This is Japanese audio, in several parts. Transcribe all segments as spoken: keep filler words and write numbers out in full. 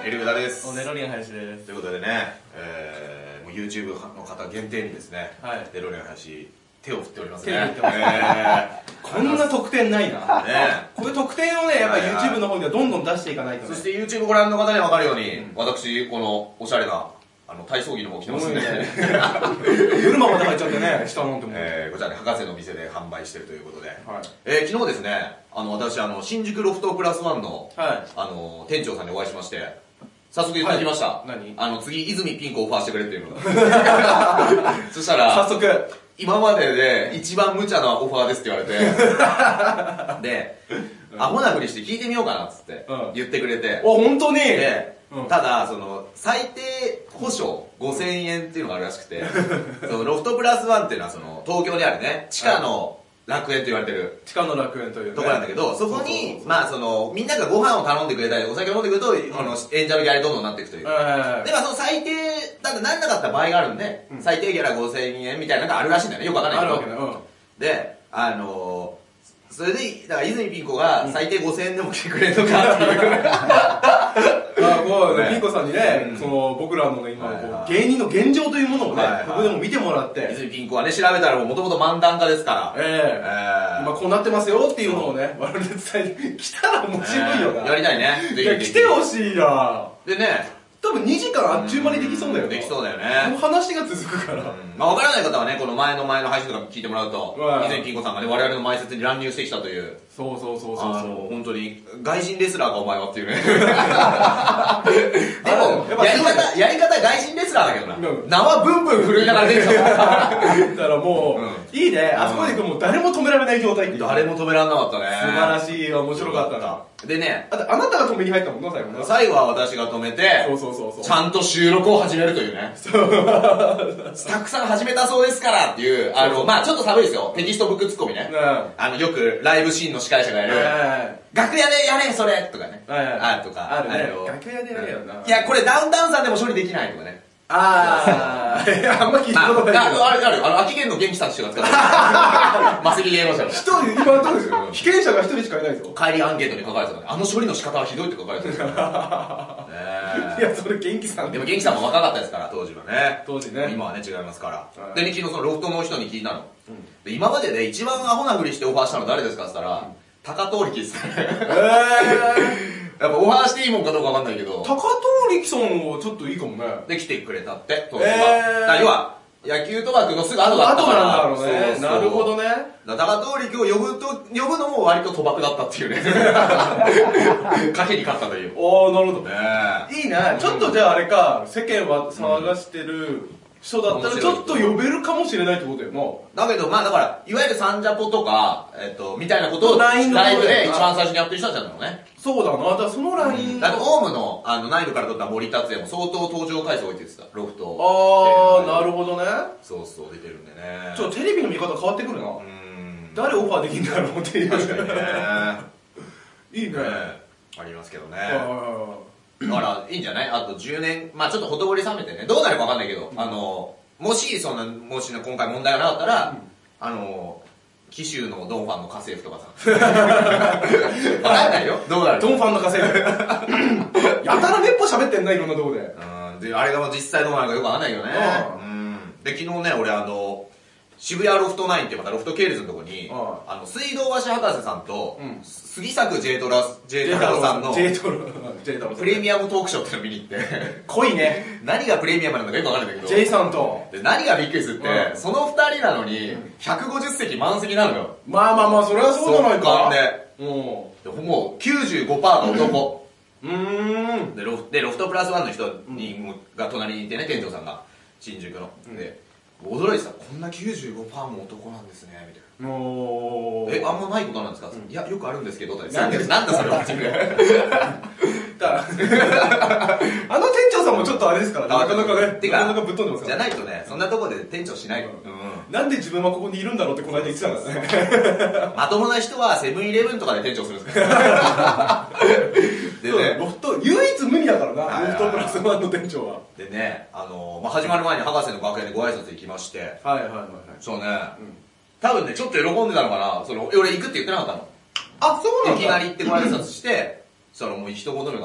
エルグダです。 デロリアン林です。 ということでね、えー、もう YouTube の方限定にですね、はい、デロリアン林、手を振っておりますね。手を振ってます、 えー、こんな特典ないな。 ね、 こういう特典をね、やっぱり YouTube の方にはどんどん出していかないと、ね。 そして YouTube ご覧の方には分かるように、うん、私、このおしゃれな、あの、体操着の方着てますんで。 夜間まで入っちゃってね、下のっても。 えー、こちらね、博士の店で販売してるということで。はい、えー、昨日ですね、あの、私、あの、新宿ロフトプラスワンの、はい、あの、店長さんにお会いしまして、早速言ってきました。はい、何あの、次、泉ピン子オファーしてくれっていうのが。そしたら、早速、今までで一番無茶なオファーですって言われて、で、うん、アホなふりして聞いてみようかなっつって言ってくれて。 お、本当にで、うん、ただ、その、最低保証ごせんえんっていうのがあるらしくて、そのロフトプラスワンっていうのは、その、東京にあるね、地下の楽園と言われてる。 地下の楽園という、ね、 ところなんだけど、そこに、まあ、その、みんながご飯を頼んでくれたり、お酒を飲んでくると、うん、あの、演者のギャラどんどんなっていくという。で、まあ、その最低、だってなんなかった場合があるんで、うん、最低ギャラごせんえんみたいなのがあるらしいんだよね。よくわかんないけど。あるわけね。うん、で、あのー、それで、だから泉ピン子が最低ごせんえんでも来てくれるのかっていう。 あ、もう、ピン子さんにね、その、僕らのね、今、芸人の現状というものをね、ここでも見てもらって。 泉ピン子はね、調べたらもともと漫談家ですから。ええ。今こうなってますよっていうのをね、我々で伝え、来たら面白いよな。 やりたいね。 いや、来てほしいな。 でね、 多分にじかんあっちゅう間にできそうだよね。 できそうだよね。 この話が続くから。 まあ分からない方はね、この前の前の配信とか聞いてもらうと、泉ピン子さんがね、我々の前説に乱入してきたという。 そうそうそうそう。 あの、本当に、外人レスラーかお前はっていうね。でも、やり方、やり方外人レスラーだけどな。縄ブンブン震いながら出てきたから。 だからもう、いいね。あそこで行くともう誰も止められない状態って。 誰も止められなかったね。 素晴らしい、面白かったな。 でね、 あとあなたが止めに入ったもんな、最後。 最後は私が止めて、 そうそうそうそう。 ちゃんと収録を始めるというね。スタッフさん始めたそうですからっていう、あの、まあちょっと寒いですよ。テキストブックツッコミね。あの、よくライブシーンの司会者がやる。楽屋でやれそれとかね。あるとか。 あるね。楽屋でやれよな。 いや、これダウンタウンさんでも処理できないとかね。 ああ、あんま聞いたことない。 あるある。あの、秋元の元気さんって人が使ってる。マセキ芸能者の。 一人、今のところですよ。被験者が一人しかいないぞ。 帰りアンケートに書かれてたね。あの処理の仕方はひどいって書かれてる。いや、それ元気さん。 でも元気さんも若かったですから、当時はね。 当時ね。 今はね、違いますから。で、昨日そのロフトの人に聞いたの。今までで一番アホなふりしてオファーしたの誰ですかって言ったら、高藤力ですね。やっぱオファーしていいもんかどうかわかんないけど。 高藤力さんはちょっといいかもね。 で、来てくれたって、当時は。要は、野球賭博のすぐ後だったから。 後なんだろうね。なるほどね。 高藤力を呼ぶと、呼ぶのも割と賭博だったっていうね。賭けに勝ったという。 おー、なるほど。いいね。ちょっとじゃああれか、世間は騒がしてる人だったらちょっと呼べるかもしれないってことよな。だけど、まあだから、いわゆるサンジャポとか、えっと、みたいなことをライブで一番最初にやってる人たちなんだろうね。 そうだな。だからそのライン。 だってオウムの、あの、内部から取った森達也も相当登場回数置いててた。ロフト。 あー、なるほどね。 そうそう、出てるんでね。 ちょっとテレビの見方変わってくるな。うん。誰オファーできんだろうっていう。 確かにね。 いいね。 ありますけどね。だから、いいんじゃないあとじゅうねん、まあちょっとほとぼり冷めてね。どうなるかわかんないけど、あの、もし、そんな、もし今回問題がなかったら、あの、紀州のドンファンの家政婦とかさ。わかんないよ。どうなるドンファンの家政婦。やたらめっぽ喋ってんな、いろんなとこで。 うん。で、あれが実際どうなるかよくわかんないけどね。うん。で、昨日ね、俺あの、渋谷ロフトナインっていうまたロフト系列のとこに、あの、水道橋博士さんと、杉作 J トラ、J 太郎さんの、プレミアムトークショーってのを見に行って、 濃いね。 何がプレミアムなんだかよくわかんないんだけど、 J さんと、 で何がびっくりするって、その二人なのに、ひゃくごじゅっせき満席なのよ。 まあまあまあ、それはそうじゃないか。 で、もう きゅうじゅうごパーセント が男。うーん。で、ロフでロフトプラスワンの人にが隣にいてね、店長さんが、新宿の。で驚いてた。こんな きゅうじゅうごパーセント も男なんですね、みたいな。おー。え、あんまないことなんですか、うん、いや、よくあるんですけど、なんで、なんだそれは。 あの店長さんもちょっとあれですからね。なかなかね。 てか、 なかなかぶっ飛んでますから。 じゃないとね、そんなとこで店長しない。うん。 なんで自分はここにいるんだろうってこの間言ってたんですね。 まともな人はセブンイレブンとかで店長するんですから。 でね、ロフト、唯一無二だからな、ロフトプラスワンの店長は。 でね、あの、まあ、始まる前に博士の楽屋でご挨拶行きまして。 はいはいはいはい。 そうね、多分ね、ちょっと喜んでたのかな。その、俺行くって言ってなかったの。 あ、そうなんだ。 いきなり行ってご挨拶して、そしたらもう一言目が、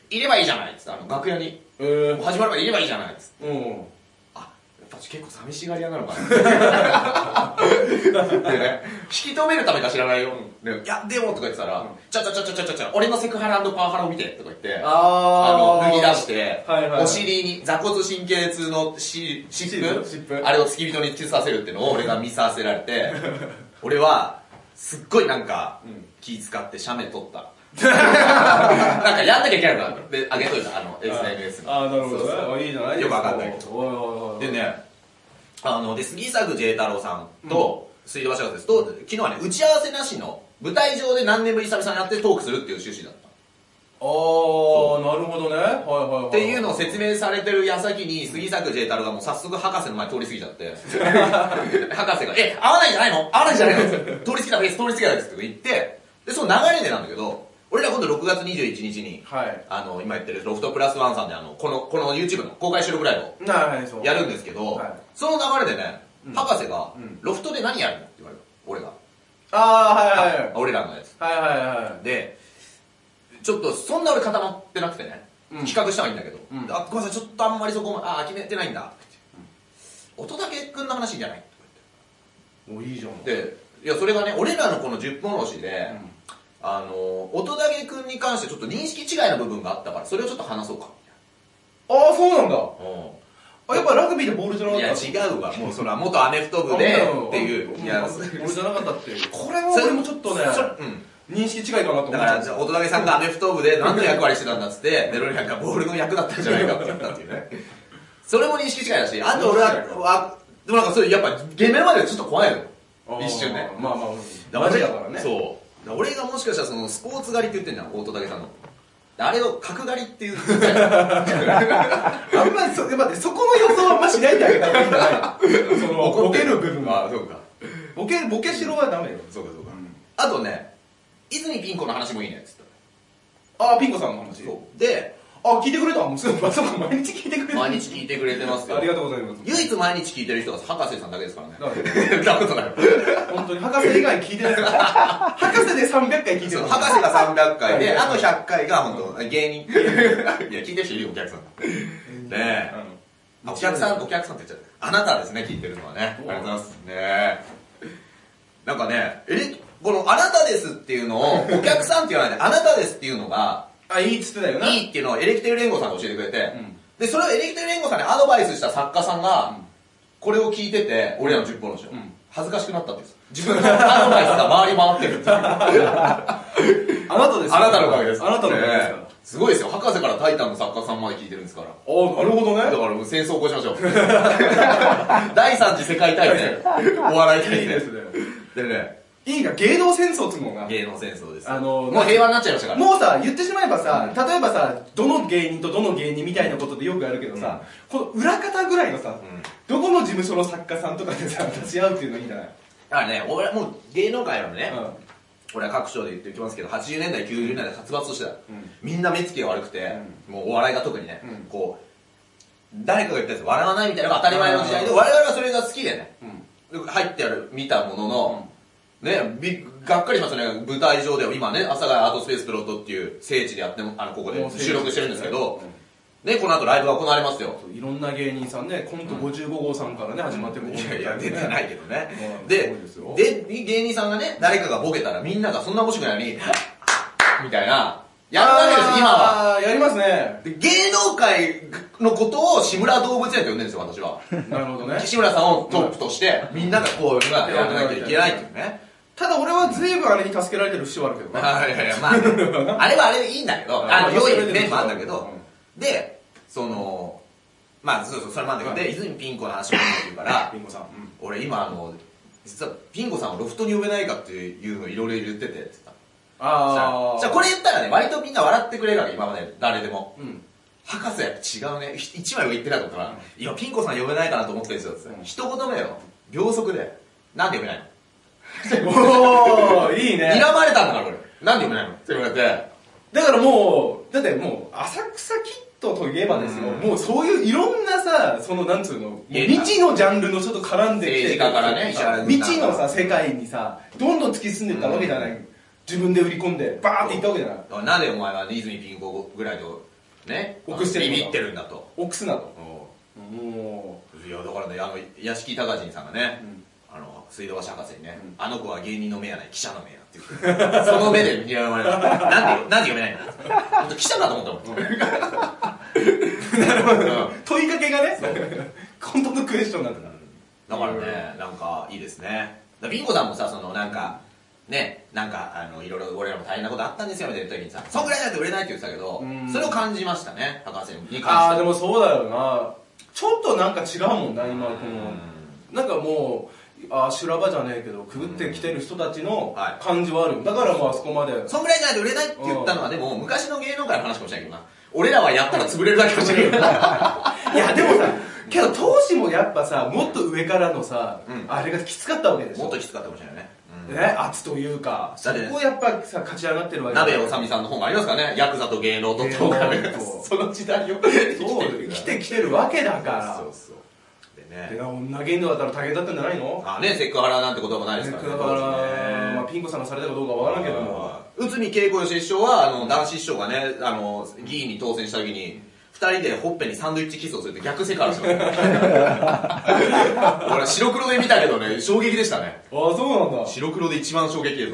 いればいいじゃないっつって、あの、楽屋に。えー、始まるからいればいいじゃないっつって。うん。あ、やっぱ結構寂しがり屋なのかな。でね、引き止めるためか知らないよ。でいや、でもとか言ってたら、ちゃちゃちゃちゃちゃちゃちゃ、俺のセクハラ&パワハラを見てとか言って、あの、脱ぎ出して、お尻に座骨神経痛のし湿布あれを付き人につけさせるっていうのを俺が見させられて、俺は、すっごいなんか、気使って写メ撮った。なんかやんなきゃいけないからで、あげといた、あの、エスエヌエス に。 ああ、なるほどね。いいじゃないですか。 よくわかんないけど。でね、あの、で、杉作 J 太郎さんと、水道橋博士と、昨日はね、打ち合わせなしの、舞台上で何年ぶり久々にやってトークするっていう趣旨だった。 あー、なるほどね。はいはいはい。 っていうのを説明されてる矢先に、杉作 J 太郎がもう早速博士の前通り過ぎちゃって、博士が、え、合わないんじゃないの合わないんじゃないの通り過ぎたフェイス通り過ぎたですって言って、で、その流れでなんだけど、俺ら今度ろくがつにじゅういちにちに、はい、あの、今言ってるロフトプラスワンさんで、あの、この、この YouTube の公開収録ライブをやるんですけど、はい、その流れでね、うん、博士が、うん、ロフトで何やるのって言われる。俺が。 あー、はいはいはい。 俺らのやつ。 はいはいはい。 で、ちょっと、そんな俺固まってなくてね、うん、企画したはいいんだけど、うん、あ、ごめんなさい、ちょっとあんまりそこも、あ、決めてないんだ。うん、乙武くんの話じゃないって言われて。お、いいじゃん。 で、いや、それがね、俺らのこのじゅっぽん押しで、うん、あの、乙武くんに関してちょっと認識違いの部分があったから、それをちょっと話そうか。 ああ、そうなんだ。うん。あ、やっぱラグビーでボールじゃなかった？ いや、違うわ。もうそれは元アメフト部で、っていう。いや、 ボールじゃなかったって。これは俺もちょっとね、認識違いかなと思って。 だから、じゃあ、乙武さんがアメフト部で何の役割してたんだっつって、デロリアンがボールの役だったんじゃないかって言ったっていうね。それも認識違いだし、あと俺は、でもなんかそれ、やっぱ、現場までちょっと怖いのよ。一瞬ね。 まあまあ、 マジだからね。そう。俺がもしかしたらそのスポーツ狩りって言ってんじゃん、乙武さんの。あれを角狩りっていう。あんまりそ、待って、そこの予想はあんましないであげた方がいいんじゃないその、ボケる部分は。 あ、そうか。 ボケ、ボケしろはダメよ。 そうかそうか。あとね、泉ピン子の話もいいねっつった。あ、ピン子さんの話。 そう。で、 あ、聞いてくれた？もうそうか、毎日聞いてくれてる。 毎日聞いてくれてますよ。 ありがとうございます。 唯一毎日聞いてる人が博士さんだけですからね。なことない。 本当に博士以外聞いてないですから。博士でさんびゃっかい聞いてる。 博士がさんびゃっかいで、あとひゃっかいが本当芸人。いや、聞いてる人いるよ、お客さん。ねえ。お客さん、お客さんって言っちゃう。あなたですね、聞いてるのはね。ありがとうございます。ねえ。なんかね、え、このあなたですっていうのを、お客さんって言わないで、あなたですっていうのが、 あ、いいっつってたよな。 いいっていうのをエレキテル連合さんが教えてくれて、うん、で、それをエレキテル連合さんにアドバイスした作家さんが、うん、これを聞いてて、俺らのじゅっぽんの人、うん、恥ずかしくなったんです。自分のアドバイスが回り回ってるっていう。 あなたですあなたのおかげです。 あなたのおかげですから。 すごいですよ。博士からタイタンの作家さんまで聞いてるんですから。 あ、なるほどね。 だからもう戦争を起こしましょう。第三次世界大戦。お笑い大戦。いいですね。でね、 いいな、芸能戦争っつうのが。 芸能戦争です。 あの、 もう平和になっちゃいましたから。 もうさ、言ってしまえばさ、例えばさ、どの芸人とどの芸人みたいなことでよくあるけどさ、この裏方ぐらいのさ、どこの事務所の作家さんとかでさ、立ち会うっていうのいいんじゃない？ だからね、俺はもう芸能界はね、俺は各所で言っておきますけど、はちじゅうねんだい、きゅうじゅうねんだい殺伐としてた。みんな目つきが悪くて、もうお笑いが特にね、こう、誰かが言ったやつ笑わないみたいなのが当たり前の時代で、我々はそれが好きでね、入ってやる、見たものの、ね、びがっかりしますよね、舞台上では今ね、阿佐ヶ谷アートスペースプロットっていう聖地でやっても、あの、ここで収録してるんですけど、ね、この後ライブが行われますよ。 いろんな芸人さんね、コントごじゅうごごうさんからね、始まってる。 いやいや、出てないけどね。で、で、芸人さんがね、誰かがボケたらみんながそんな面白くないのに、みたいな、やるわけです、今は。 やりますね。 芸能界のことを志村動物園と呼んでるんですよ、私は。 なるほどね。 志村さんをトップとして、みんながこう、やらなきゃいけないっていうね。 ただ俺は随分あれに助けられてる節はあるけどね。 いやいや、まあ、あれはあれでいいんだけど、あの、良い面もあるんだけど、で、その、まあ、そうそう、それもあるんだけど、で、泉ピン子の話も言うから、 ピン子さん。 俺今、あの、実はピン子さんをロフトに呼べないかっていうのをいろいろ言ってて、って言った。ああ。じゃあこれ言ったらね、割とみんな笑ってくれるわけ、今まで、誰でも。博士やっぱ違うね。一枚上言ってないと思ったら、今ピン子さん呼べないかなと思ってるんですよ。一言目よ。秒速で。なんで呼べないの？ おー、いいね。 睨まれたんだから、これ。なんで読めないのって言われて。 だからもう、だってもう、浅草キッドといえばですよ、もうそういういろんなさ、そのなんつうの、未知のジャンルの人と絡んできて、 からね、 未知のさ、世界にさ、どんどん突き進んでいったわけじゃない。自分で売り込んで、バーっていったわけじゃない。 なんでお前は泉ピン子ぐらいとね、臆してビビってるんだと。 臆すなと。 もう。いや、だからね、あの、屋敷隆人さんがね、あの、水道橋博士にね、あの子は芸人の目やない、記者の目やって言って、その目で見られる。なんで、なんで読めないの記者かと思ったもん。 なるほど。問いかけがね、本当のクエスチョンなんだから。 だからね、なんかいいですね。ビンゴさんもさ、そのなんか、ね、なんか、あの、いろいろ俺らも大変なことあったんですよ、みたいな時にさ、そんぐらいだって売れないって言ってたけど、それを感じましたね、博士に感じた。 ああ、でもそうだよな。ちょっとなんか違うもんな、今、この、なんかもう、ああ、修羅場じゃねえけど、くぐってきてる人たちの感じはあるよ。だからもうあそこまで。 そんぐらいじゃないと売れないって言ったのは、でも、昔の芸能界の話かもしれないけどな。俺らはやったら潰れるだけかもしれないけど。いや、でもさ、けど当時もやっぱさ、もっと上からのさ、あれがきつかったわけでしょ。 もっときつかったかもしれないね。 ね、圧というか、そこをやっぱさ、勝ち上がってるわけ鍋おさみさんの本がありますからね。ヤクザと芸能ととかね。その時代を生きてきてるわけだから。 そうそう。でね。 女芸能だったら大変だったんじゃないの？ あね、セクハラなんて言葉ないですからね。 セクハラ、まあピン子さんがされたかどうかわからんけども。 内海恵子師匠は、あの、男子師匠がね、あの、議員に当選した時に、二人でほっぺにサンドイッチキスをするって逆セクハラしてました。俺白黒で見たけどね、衝撃でしたね。 ああ、そうなんだ。 白黒で一番衝撃映像。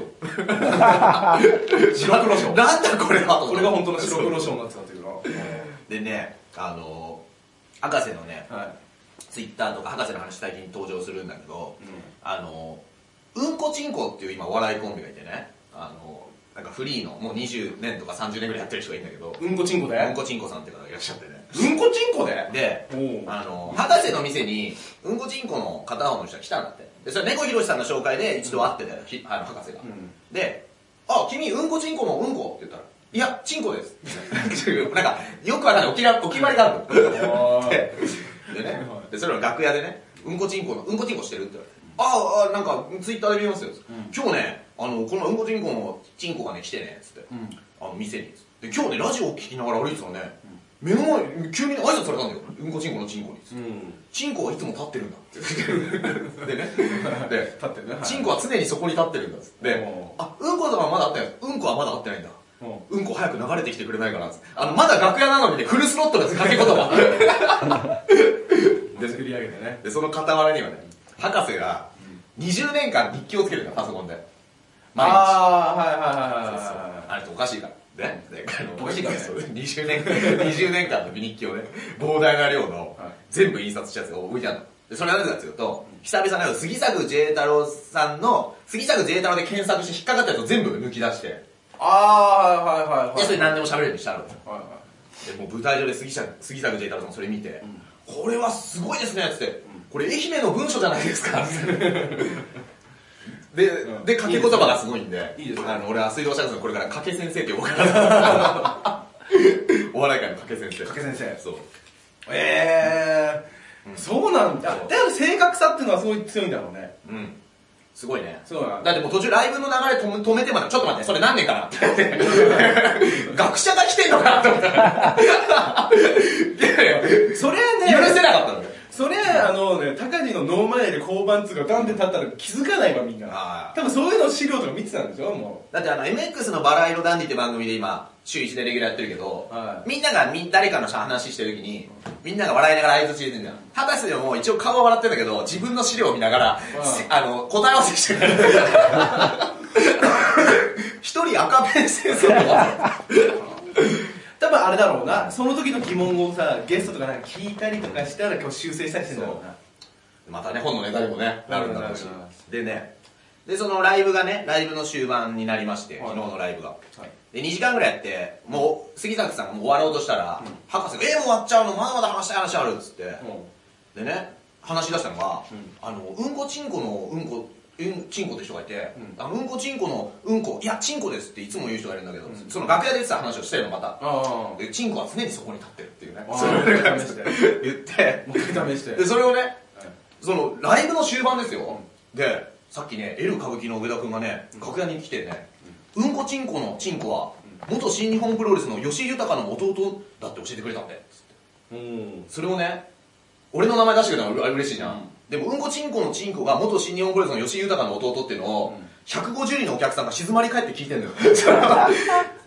白黒ショー。 なんだこれはこれが本当の白黒ショーになってたっていうな。 でね、あの、博士のね、ツイッターとか博士の話最近登場するんだけど、あの、うんこちんこっていう今お笑いコンビがいてね、あの、なんかフリーのもうにじゅうねんとかさんじゅうねんぐらいやってる人がいるんだけど、 うんこちんこでうんこちんこさんって方がいらっしゃってね。 うんこちんこでで、あの、博士の店にうんこちんこの片方の人が来たんだって。で、それ猫ひろしさんの紹介で一度会ってたよ、あの博士が。で、あ、君うんこちんこのうんこって言ったら、いや、ちんこです。なんか、よくわかんないお決まりがあるの。で、でね、で、それを楽屋でね、うんこちんこの、うんこちんこしてるって言われて、ああ、なんか、ツイッターで見ますよ。今日ね、あの、このうんこちんこのちんこがね、来てね、つって、あの、店に。で、今日ね、ラジオを聞きながら歩いてたらね、目の前、急に挨拶されたんだよ。うんこちんこのちんこに。ちんこはいつも立ってるんだって。でね、で、 立ってるね。 ちんこは常にそこに立ってるんだっつって、あ、うんことはまだ会ってない。うんこはまだ会ってないんだ。うんこ早く流れてきてくれないかなっつって。あの、まだ楽屋なのにね、フルスロットルで掛け言葉。 で、作り上げてね。 で、その傍らにはね、博士がにじゅうねんかん日記をつけてるんだ、パソコンで。 ああ、はいはいはいはい。 あれっておかしいから。ね。 おかしいからね。 にじゅうねん、にじゅうねんかんの日記をね、膨大な量の全部印刷したやつが置いてあるの。それはなぜかっていうと、久々の杉作 J 太郎さんの、杉作 J 太郎で検索して引っかかったやつを全部抜き出して、 ああ、はいはいはい。 で、それ何でも喋れるようにしてあるんですよ。で、もう舞台上で杉作 J 太郎さんそれ見て、これはすごいですね、つって、これ愛媛の文書じゃないですか、で、で、掛け言葉がすごいんで、 いいですね。 あの、俺は水道社会のこれから掛け先生って呼ぼうかな。お笑い界の掛け先生。 掛け先生。 そう。 ええー、そうなんだ。だから正確さっていうのはすごい強いんだろうね。 うん。すごいね。 そうなんだってもう途中ライブの流れ止め止めてまで、ちょっと待って、それ何年かなって。学者が来てんのかなって思ったら。 それはね、 許せなかったのよ。 それはあのね、高地の脳前で交番つがガンって立ったら気づかないわ、みんな。多分そういうの資料とか見てたんでしょ、もう。だってあの エムエックス のバラ色ダンディって番組で今、週いちでレギュラーやってるけど、はい、みんながみ誰かの話してる時に、みんなが笑いながら合図してるんじゃん。博士でも一応顔は笑ってるんだけど、自分の資料を見ながら、あの、答え合わせしてる。一人赤ペン先生とか。 多分あれだろうな、その時の疑問をさ、ゲストとかなんか聞いたりとかしたら今日修正したりしてんだろうな。 またね、本のネタにもね、なるんだろうし。でね、で、そのライブがね、ライブの終盤になりまして、昨日のライブが。で、にじかんぐらいやって、もう、杉作さんがもう終わろうとしたら、博士が、えー、もう終わっちゃうのまだまだ話したい話あるっつって。でね、話し出したのが、あの、うんこちんこのうんこ、うんちんこって人がいて、うん、あのうんこちんこのうんこ、いやちんこですっていつも言う人がいるんだけど、うん、その楽屋で言ってた話をしてるのまた。で、ちんこは常にそこに立ってるっていうね。それを言って、 もう一回試して。 で、それをね、はい、そのライブの終盤ですよ。うん、で、さっきね、エル歌舞伎の上田くんがね、楽屋に来てね、うんこちんこのちんこは、元新日本プロレスの吉井豊の弟だって教えてくれたんで、つって。うん、それをね、俺の名前出してくれたのは嬉しいじゃん。うん、でも、うんこちんこのちんこが元新日本プロレスの吉井豊の弟っていうのを、ひゃくごじゅうにんのお客さんが静まり返って聞いてんだよ。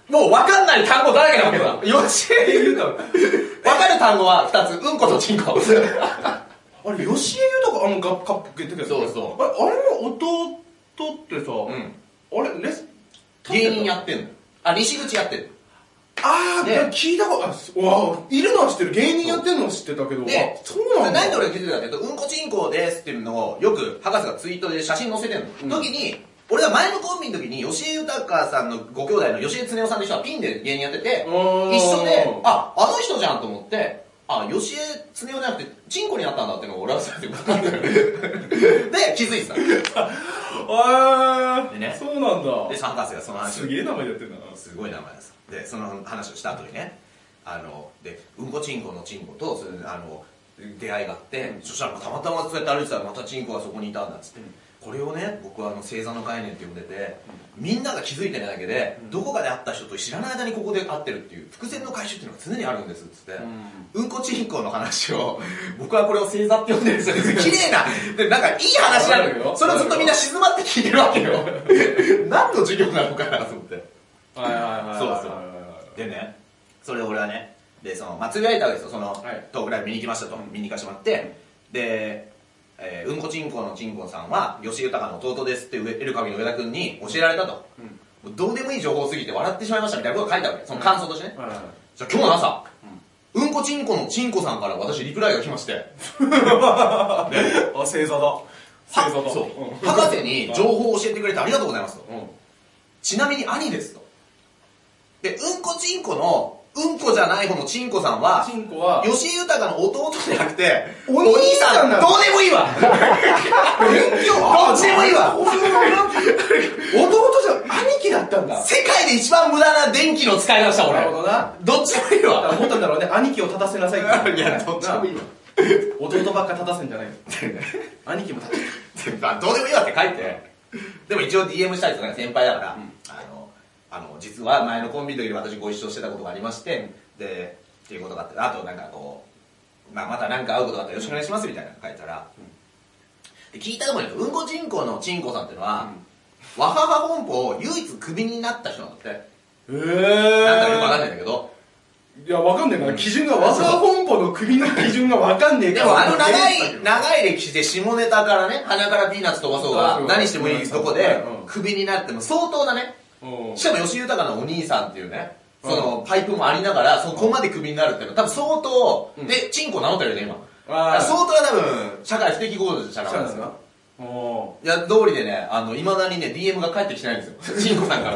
もう分かんない単語だらけなわけだ。よしえゆうたか。分かる単語はふたつ、うんことチンコ。 あれ、吉江ゆうたか、あの、ガッカップ言ってたやつ。 そうそう。 あれ、あれの弟ってさ、あれ、レス、 芸人やってんの。あ、西口やってる。 あー、聞いたこと、あ、わあ、いるのは知ってる。芸人やってるのは知ってたけど、 で、 そうなんだ。 なんで俺気づいたかっていうと、うんこチンコですっていうのをよく博士がツイートで写真載せてるの。時に、俺が前のコンビの時に、吉江豊さんのご兄弟の吉江恒夫さんって人はピンで芸人やってて、一緒で、あ、あの人じゃんと思って、あ、吉江恒夫じゃなくて、チンコになったんだっていうのを俺はそれで分かった。で、気づいてた。 あー、 でね、 そうなんだ。 で、博士がその話を。 すげえ名前やってんだな。 すごい名前です。で、その話をした後にね、あの、で、うんこチンコのチンコと、それあの、出会いがあって、うん、そしたらたまたまそうやって歩いてたらまたチンコがそこにいたんだっつって、うん、これをね、僕はあの星座の概念って呼んでて、うん、みんなが気づいてないだけで、うん、どこかで会った人と知らない間にここで会ってるっていう伏線の回収っていうのが常にあるんですっつって、うん、うんこチンコの話を、僕はこれを星座って呼んでるんですよ。綺麗な、でなんかいい話なのよ。それをずっとみんな静まって聞いてるわけよ。何の授業なのかなと思って。 はいはいはい。 そうそう。でね、それを俺はね、で、その、まあ、つぶやいたわけですよ。その、はい、トークライブ見に行きましたと、うん、見に行かしてもらって、で、えー、うんこちんこのちんこさんは、吉豊の弟ですって、エルカビの上田くんに教えられたと。うん、どうでもいい情報すぎて笑ってしまいましたみたいなことが書いてあるわけ。その感想としてね。うん、じゃあ今日の朝、うん、うんこちんこのちんこさんから私リプライが来まして。 あ、星座だ。星座だ。 そう。博士に情報を教えてくれてありがとうございますと。うん、ちなみに兄ですと。で、うんこちんこの、うんこじゃない方のチンコさんは、 チンコは吉井豊の弟じゃなくて、 お兄さんどうでもいいわ。どっちでもいいわ。弟じゃ兄貴だったんだ。 世界で一番無駄な電気の使い方した俺。 なるほどな。 どっちでもいいわ。 思ったんだろうね。兄貴を立たせなさいって。 いや、どっちでもいいわ。 弟ばっか立たせんじゃない。兄貴も立て。どうでもいいわって書いて。でも一応 ディーエム したりとか先輩だから、うん、あの、あの、実は前のコンビの時に私ご一緒してたことがありまして、で、っていうことがあって、あとなんかこう、まあ、またなんか会うことがあったらよろしくお願いしますみたいなの書いたら、うん、で聞いたところにうんこ人口のチンコさんっていうのは、うん、ワハハ本舗を唯一クビになった人なんだって。へえー。 なんだかよくわかんないんだけど。 いや、わかんねえから、基準が、ワハハ本舗のクビの基準がわかんねえから。 でもあの長い、長い歴史で下ネタからね、鼻からピーナッツ飛ばそうが、何してもいいとこで、クビになっても相当なね、しかも吉井豊のお兄さんっていうね、そのパイプもありながら、そこまでクビになるっていうのは多分相当、うん、で、チンコ名乗ってるよね、今。相当は多分、社会不適合者なんですよ。いや、通りでね、あの、未だにね、ディーエム が返ってきてないんですよ。チンコさんから。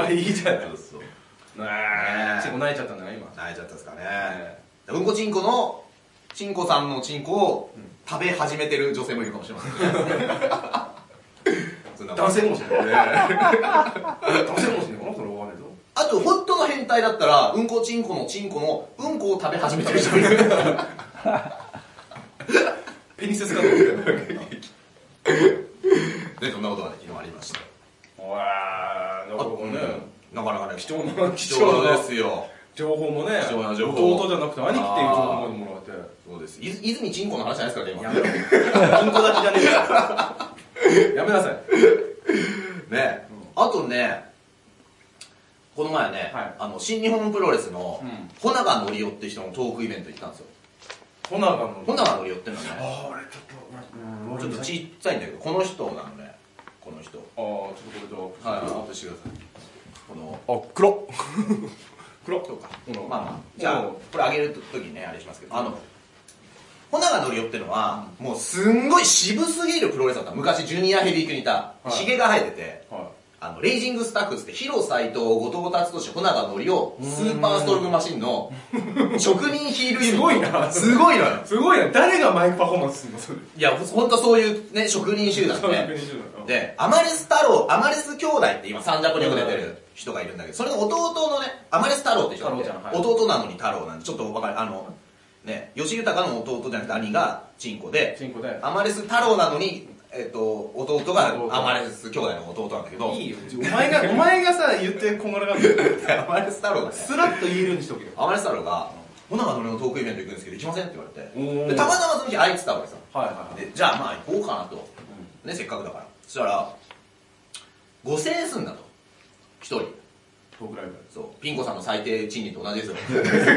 あ、いいじゃん。そうそう。 ねえ。チンコ泣いちゃったんだね、今。 泣いちゃったんですかね。うんこチンコの、チンコさんのチンコを食べ始めてる女性もいるかもしれませんね。 男性かもしれない。男性かもしれないかな、それはわかんないぞ。 あと、本当の変態だったら、うんこチンコのチンコのうんこを食べ始めてる人もいる。 ペニセスかと思ってで、そんなことがね、昨日ありました。 わー、なるほどね。 なかなかね、 貴重な、 貴重ですよ。 情報もね、 貴重な情報。 弟じゃなくて兄貴っていう情報までもらって。 そうです。泉チンコの話じゃないですからね、今。 やめろ。チンコだけじゃねえか。やめなさい。 ね、うん、あとね、この前ね、はい、あの新日本プロレスの穂永則夫っていう人のトークイベント行ったんですよ。 穂永則夫穂永則夫ってのはね、 ああれちょっと、ちょっとちっちゃいんだけど、この人なのね、この人。 ああ、ちょっとこれと、 はい、アップしてください。この、 あ、黒黒とか、まあまあ、じゃあ、これ上げるときにね、あれしますけど、あの、穂永則夫ってのは、もうすんごい渋すぎるプロレスだった。昔ジュニアヘビー級にいた、ヒゲが生えてて、はい、あの、レイジングスタッフって広斎藤、後藤達俊、穂永則夫、スーパーストロークマシンの職人ヒールユニット。 すごいな。 すごいのよ。 すごいな。誰がマイクパフォーマンスするのそれ。 いや、ほんとそういうね、職人集団で。で、アマレス太郎、アマレス兄弟って今サンジャポによく出てる人がいるんだけど、それの弟のね、アマレス太郎って人がいて、弟なのに太郎なんで、ちょっとわかる、あの、ね、吉豊の弟じゃなくて兄がチンコで、 チンコでアマレス太郎なのに、えっと、弟がアマレス兄弟の弟なんだけど、 いいよ。お前が、お前がさ、言ってこんがらがってアマレス太郎がね、 スラッと言えるようにしとけよ。 アマレス太郎が、穂永則夫のトークイベント行くんですけど、行きませんって言われて、でたまたまその日空いてたわけさ。 はいはい、 で、じゃあまあ行こうかなと。うん、ね、せっかくだから。そしたら、ごせんえんすんだと。一人。 トークライブ。 そう。ピン子さんの最低賃金と同じですよ。ね。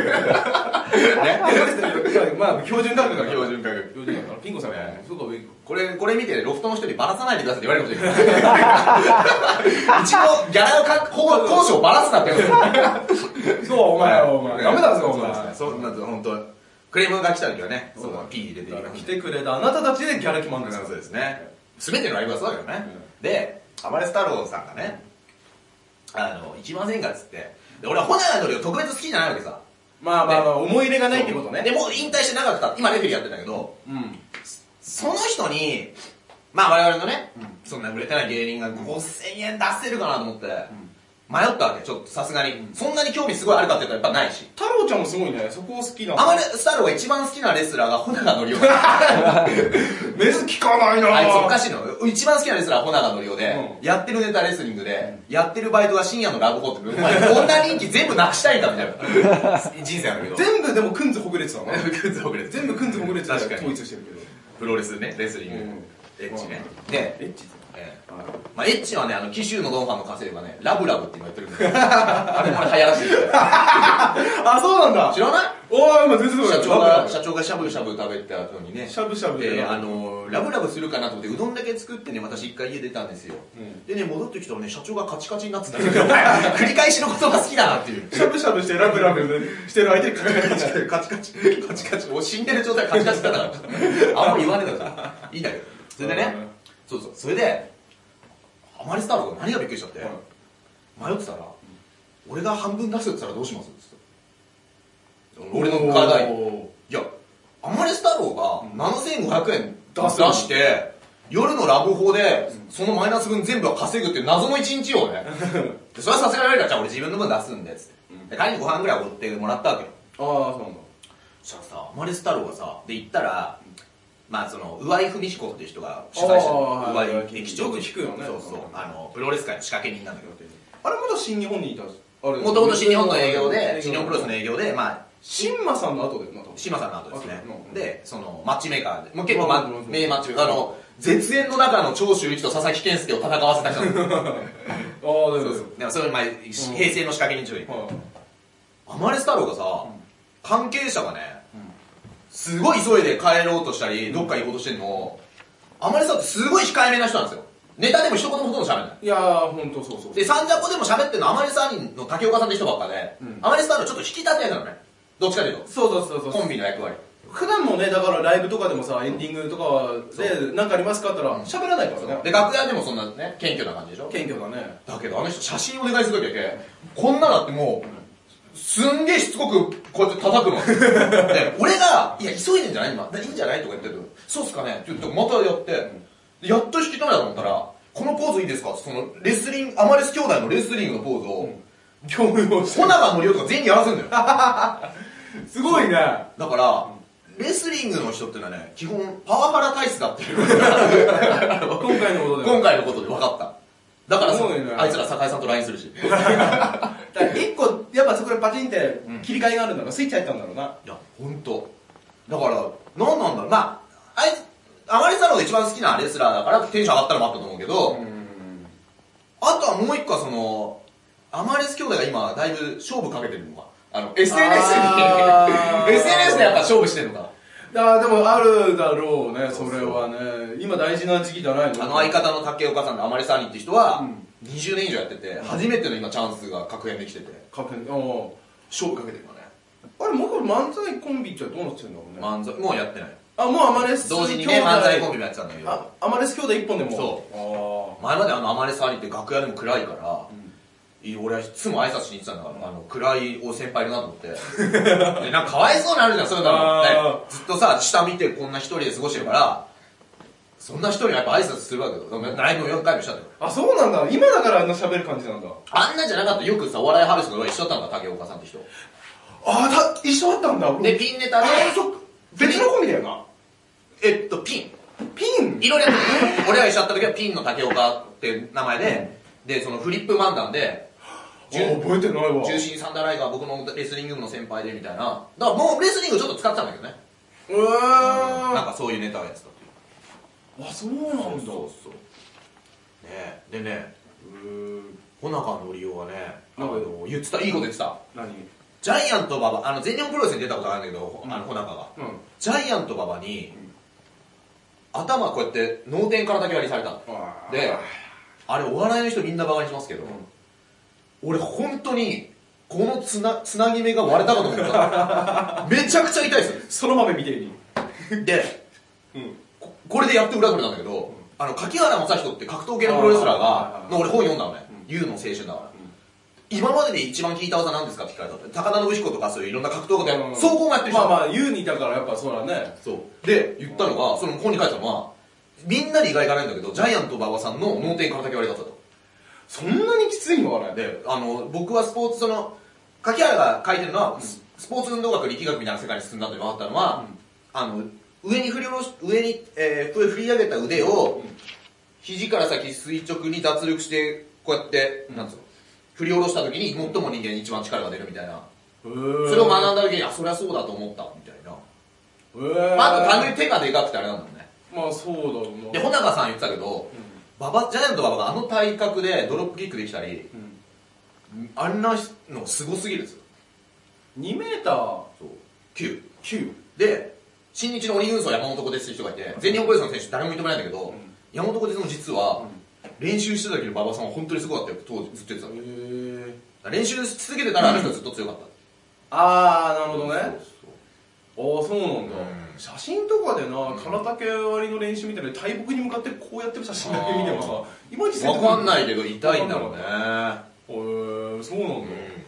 まあ、標準価格が標準価格。 標準価格。ピン子さんが、すごい。 これ、これ見て、ロフトの人にバラさないでくださいって言われるかもしれない。うちのギャラの交渉をバラすなって言うそう、お前、お前。ダメだぞ、お前。 そうなんです、本当。クレームが来た時はね、そう、P 入れていきます。 来てくれたあなたたちでギャラ決まるんですよ。 そうですね。すべてのライブはそうだけどね。で、アマレス太郎さんがね、あの、一番せんかっつって、俺はホナーのりを特別好きじゃないわけさ。 まあまあまあ、思い入れがないってことね。 で、もう引退して長くたって、今レフェリーやってんだけど、うん。その人に、まあ我々のね、そんな売れてない芸人がごせんえん出せるかなと思って、迷ったわけ、ちょっとさすがに。そんなに興味すごいあるかって言ったらやっぱないし。 太郎ちゃんもすごいね、そこを好きなの。 あまりスタローが一番好きなレスラーがホナガノリオ。 メス聞かないなあいつおかしいの。一番好きなレスラーはホナガノリオで、やってるネタレスリングで、やってるバイトが深夜のラブホって、お前こんな人気全部なくしたいんだみたいな人生なんだけど。 全部でもクンズほぐれてたのクンズほぐれて全部クンズほぐれてた。統一してるけど。 プロレスね、レスリング。エッチね。で、エッチまあ、エッチはね、あの、紀州のドンファンの稼いがね、ラブラブって今言ってるんだよ。あれ、これ流行らしいんだよ。 あ、そうなんだ。 知らないおー、今全然社長が、社長がしゃぶしゃぶ食べた後にね、 しゃぶしゃぶで、あの、ラブラブするかなと思って、うどんだけ作ってね、私一回家出たんですよ。でね、戻ってきたらね、社長がカチカチになってたんだけど、繰り返しのことが好きだなっていう。 しゃぶしゃぶしてラブラブしてる相手にカチカチしてる、カチカチ、カチカチ、もう死んでる状態カチカチだから、あんまり言わねえだろ。いいんだけど。それでね、そうそう、それで、アマレス太郎が何がびっくりしちゃって、迷ってたら、俺が半分出すって言ったらどうしますって俺の体に。いや、アマレス太郎がななせんごひゃくえん出して、夜のラブホで、そのマイナス分全部は稼ぐっていう謎の一日をね、それはさせられるから、じゃあ俺自分の分出すんで、つって。仮にご飯ぐらいおごってもらったわけよ。 ああ、そうなんだ。 そしたらさ、アマレス太郎がさ、で行ったら、まあその、上井文彦っていう人が主催してる、上井駅長よく聞くよね。 そうそう、あの、プロレス界の仕掛け人なんだけど。 あれまだ新日本にいたもともと新日本の営業で、新日本プロレスの営業で、まあ、 新馬さんの後だよな、 新馬さんの後ですね。で、その、マッチメーカーで、もう結構、ま、名マッチメーカー、あの、絶縁の中の長州力と佐々木健介を戦わせた人なんですよ。ああ、そうそう。でもそれ、まあ、平成の仕掛け人中に。アマレス太郎がさ、関係者がね、すごい急いで帰ろうとしたり、どっか行こうとしてんの、アマレス太郎ってすごい控えめな人なんですよ。ネタでも一言もほとんど喋らない。 いやー、ほんとそうそう。 で、サンジャポでも喋ってるのアマレス兄の竹岡さんって人ばっかで、うん、アマレス太郎ちょっと引き立て役なのね。どっちかというと。 そうそうそうそう。 コンビの役割。 普段もね、だからライブとかでもさ、エンディングとかで、なんかありますかって言ったら、喋らないからね。 で、楽屋でもそんなね、謙虚な感じでしょ。 謙虚だね。 だけどあの人写真お願いするときだけ、こんなだってもう、すんげえしつこくこうやって叩くの。で、俺が、いや、急いでんじゃない今。いいんじゃないとか言ってるそうっすかねって言って、またやって、やっと引き止めたと思ったら、このポーズいいですかその、レスリング、アマレス兄弟のレスリングのポーズを、 強要して。 ホナガの量とか全員やらせるんだよ。すごいね。 だから、レスリングの人ってのはね、基本、パワハラ体質だっていう。 今回のことで。 今回のことで分かった。だからさ、ね、あいつら酒井さんと ライン するし。 一個、やっぱそこでパチンって切り替えがあるんだろう、スイッチ入ったんだろうな。 いや、ほんと。だから、なんなんだろう。まあ、あいつ、アマレス太郎が一番好きなレスラーだからテンション上がったのもあったと思うけど、あとはもう一個はその、アマレス兄弟が今だいぶ勝負かけてるのか。あの、エスエヌエス に、エスエヌエス でやっぱ勝負してるのか。 あでもあるだろうね、それはね。今大事な時期じゃないのあの相方の竹岡さんのアマレス兄って人は、にじゅうねん以上やってて、初めての今チャンスが確変できてて。 確変、 勝負かけてるのね。 あれ、もう漫才コンビってどうなってるんだろうね。漫才、もうやってない。 あ、もうアマレス同時にね、漫才コンビもやってたんだけど。 アマレス兄弟一本でも。 そう。前まであのアマレス兄って楽屋でも暗いから、俺はいつも挨拶しに行ってたんだから、あの、暗いお先輩いるなと思って。で、なんかかわいそうになるじゃん、そういうの。ずっとさ、下見てこんな一人で過ごしてるから、そんな一人やっぱ挨拶するわけよ。ライブもよんかいもしたんだよ。 あ、そうなんだ。今だからあんな喋る感じなんだ。 あんなじゃなかった。よくさ、お笑いハルスの一緒だったのが竹岡さんって人。 ああ、一緒だったんだ。 で、ピンネタで。 別のコンビだよな。 えっと、ピン。 ピンいろいろやってる。俺が一緒だった時はピンの竹岡って名前で、で、そのフリップ漫談で、 覚えてないわ。 重心サンダーライガー僕のレスリング部の先輩でみたいな。だからもうレスリングちょっと使ってたんだけどね。 うわー。 なんかそういうネタをやってたっていう。 あ、そうなんだ。そうそうそう。ねえ。でね、 穂中のりおはね、あの言ってた、いいこと言ってた。 何？ ジャイアント馬場、あの全日本プロレスに出たことあるんだけど、あの穂中が、ジャイアント馬場に頭こうやって脳天からだけ割りされたの。で、あれお笑いの人みんなバカにしますけど、俺本当にこのつなつなぎ目が割れたかと思った。めちゃくちゃ痛いです。 その豆みてえに。 で、ここれでやって裏取れなんだけど、あの柿原正人って格闘系のプロレスラーが、の俺本読んだのね。ユウの青春だから。今までで一番聞いた技なんですかって聞かれたって。高田信彦とかそういういろんな格闘家で、総合もやってる人。 まあまあ、ユウにいたからやっぱそうだね。 そう。で、言ったのが、その本に書いたのは、みんなに意外がないんだけど、ジャイアント馬場さんの脳天からだけ割りだったと。 そんなにきついのあれで、あの、僕はスポーツ、その、柿原が書いてるのは、スポーツ運動学、力学みたいな世界に進んだと分かったのは、あの、上に振り下ろし、上に、えー、振り上げた腕を、肘から先垂直に脱力して、こうやって、なんつうの、振り下ろした時に最も人間に一番力が出るみたいな。それを学んだ時に、あ、そりゃそうだと思った、みたいな。まあ、あと単純に手がでかくてあれなんだもんね。 まあそうだろうな。 で、穂中さん言ってたけど、馬場、ジャイアント馬場があの体格でドロップキックできたり、あんなのすごすぎるんですよ。 にメーターそうきゅう。 きゅうで、新日の鬼軍曹山本小鉄って人がいて、全日本プロレスの選手誰も認めないんだけど、山本小鉄も実は、練習してた時の馬場さんは本当にすごかったよ、当時ずっと言ってた。へー。練習し続けてたらあの人はずっと強かった。 あー、なるほどね。そうそうそう。あー、そうなんだ。写真とかでな、空竹割りの練習みたいな大木に向かってこうやってる写真だけ見てもさ、いまいちわかんないけど痛いんだろうね。へー、そうなんだ。ね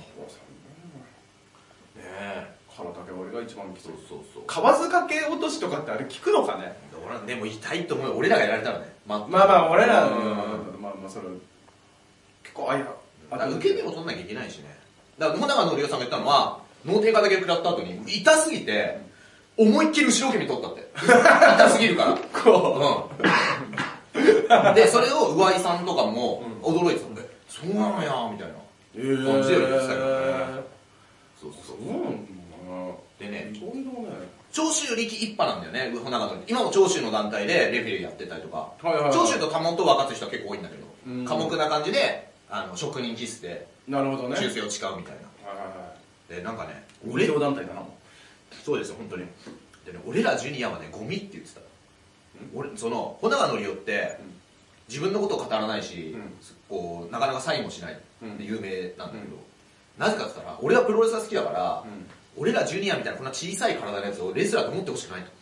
え、空竹割りが一番きつい。そうそうそう。河津掛け落としとかってあれ効くのかね。 でも痛いと思うよ。俺らがやられたらね。 まあまあ、俺ら、まあまあそれ、結構あや、 受け身も取んなきゃいけないしね。だから、穂中のりおさんが言ったのは、脳天下だけ食らった後に、痛すぎて、思いっきり後ろ受け身取ったって。痛すぎるから。こう。で、それを上井さんとかも驚いてたんで、そうなのやみたいな感じで言ってたけどね。そうそうそう。でね、長州力一派なんだよね、穂中のりお。今も長州の団体でレフェリーやってたりとか、長州と多門と分かつ人は結構多いんだけど、寡黙な感じで、あの職人気質で、忠誠を誓うみたいな。で、なんかね、 俺団体だな。 そうですよ、本当に。でね、俺らジュニアはね、ゴミって言ってた。俺、その、穂中のりおって、自分のことを語らないし、こう、なかなかサインもしないで有名なんだけど、なぜかって言ったら、俺はプロレスが好きだから、俺らジュニアみたいなこんな小さい体のやつをレスラーと思ってほしくないと。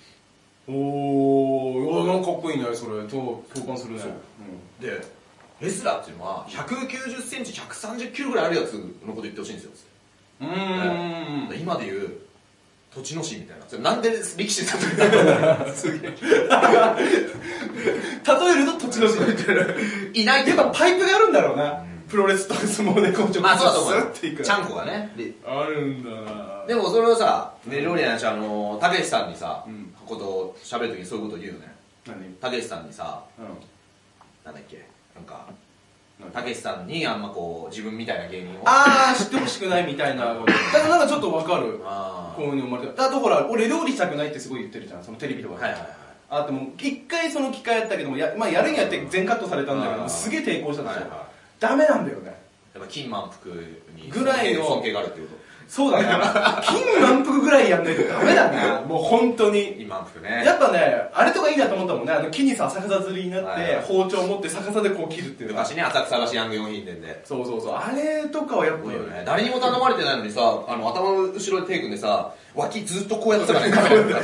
おー、なんかかっこいいね、それ。共感するね。 で、レスラーっていうのは、ひゃくきゅうじゅっセンチ、ひゃくさんじゅっキロぐらいあるやつのこと言ってほしいんですよ。うーん。今で言う、土地の市みたいな。なんで力士だとすげえ。例えると土地の市みたいな。いないけど、 パイプがあるんだろうな。プロレスと相撲でこうちょっとまあそうだと思う。ちゃんこがね。 あるんだな。 でもそれをさ、ね、料理の話、あの、たけしさんにさ、ことを喋るときにそういうこと言うよね。たけしさんにさ、なんだっけ、なんか、たけしさんにあんまこう、自分みたいな芸人を。 あー、知ってほしくないみたいな。だからなんかちょっとわかる。こういうふうに思われてる。あとほら、俺料理したくないってすごい言ってるじゃん、そのテレビとかで。はいはいはい。あともう、一回その機会やったけども、や、まあやるにやって全カットされたんだけど、すげえ抵抗したでしょ。ダメなんだよね。 やっぱ金満腹にぐらいの尊敬があるってこと。 そうだね。金満腹ぐらいやんないとダメだね。もう本当に。 金満腹ね。 やっぱね、あれとかいいなと思ったもんね。あの木にさ、逆さ釣りになって、包丁持って逆さでこう切るっていう。 昔ね、浅草橋ヤング用品店で。 そうそうそう。あれとかはやっぱいいよね。 誰にも頼まれてないのにさ、あの、頭の後ろで手組んでさ、脇ずっとこうやってたからね、カメラに向かって。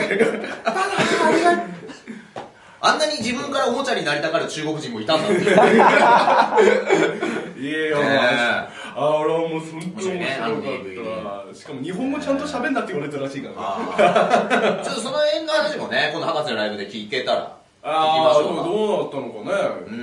あんなに自分からおもちゃになりたがる中国人もいたんだって。 いやいや、あれはもう本当に面白かった。しかも日本語ちゃんと喋んなって言われたらしいからね。ちょっとその辺の話もね、この博士のライブで聞けたら。 ああ、どうなったのかね。 うん。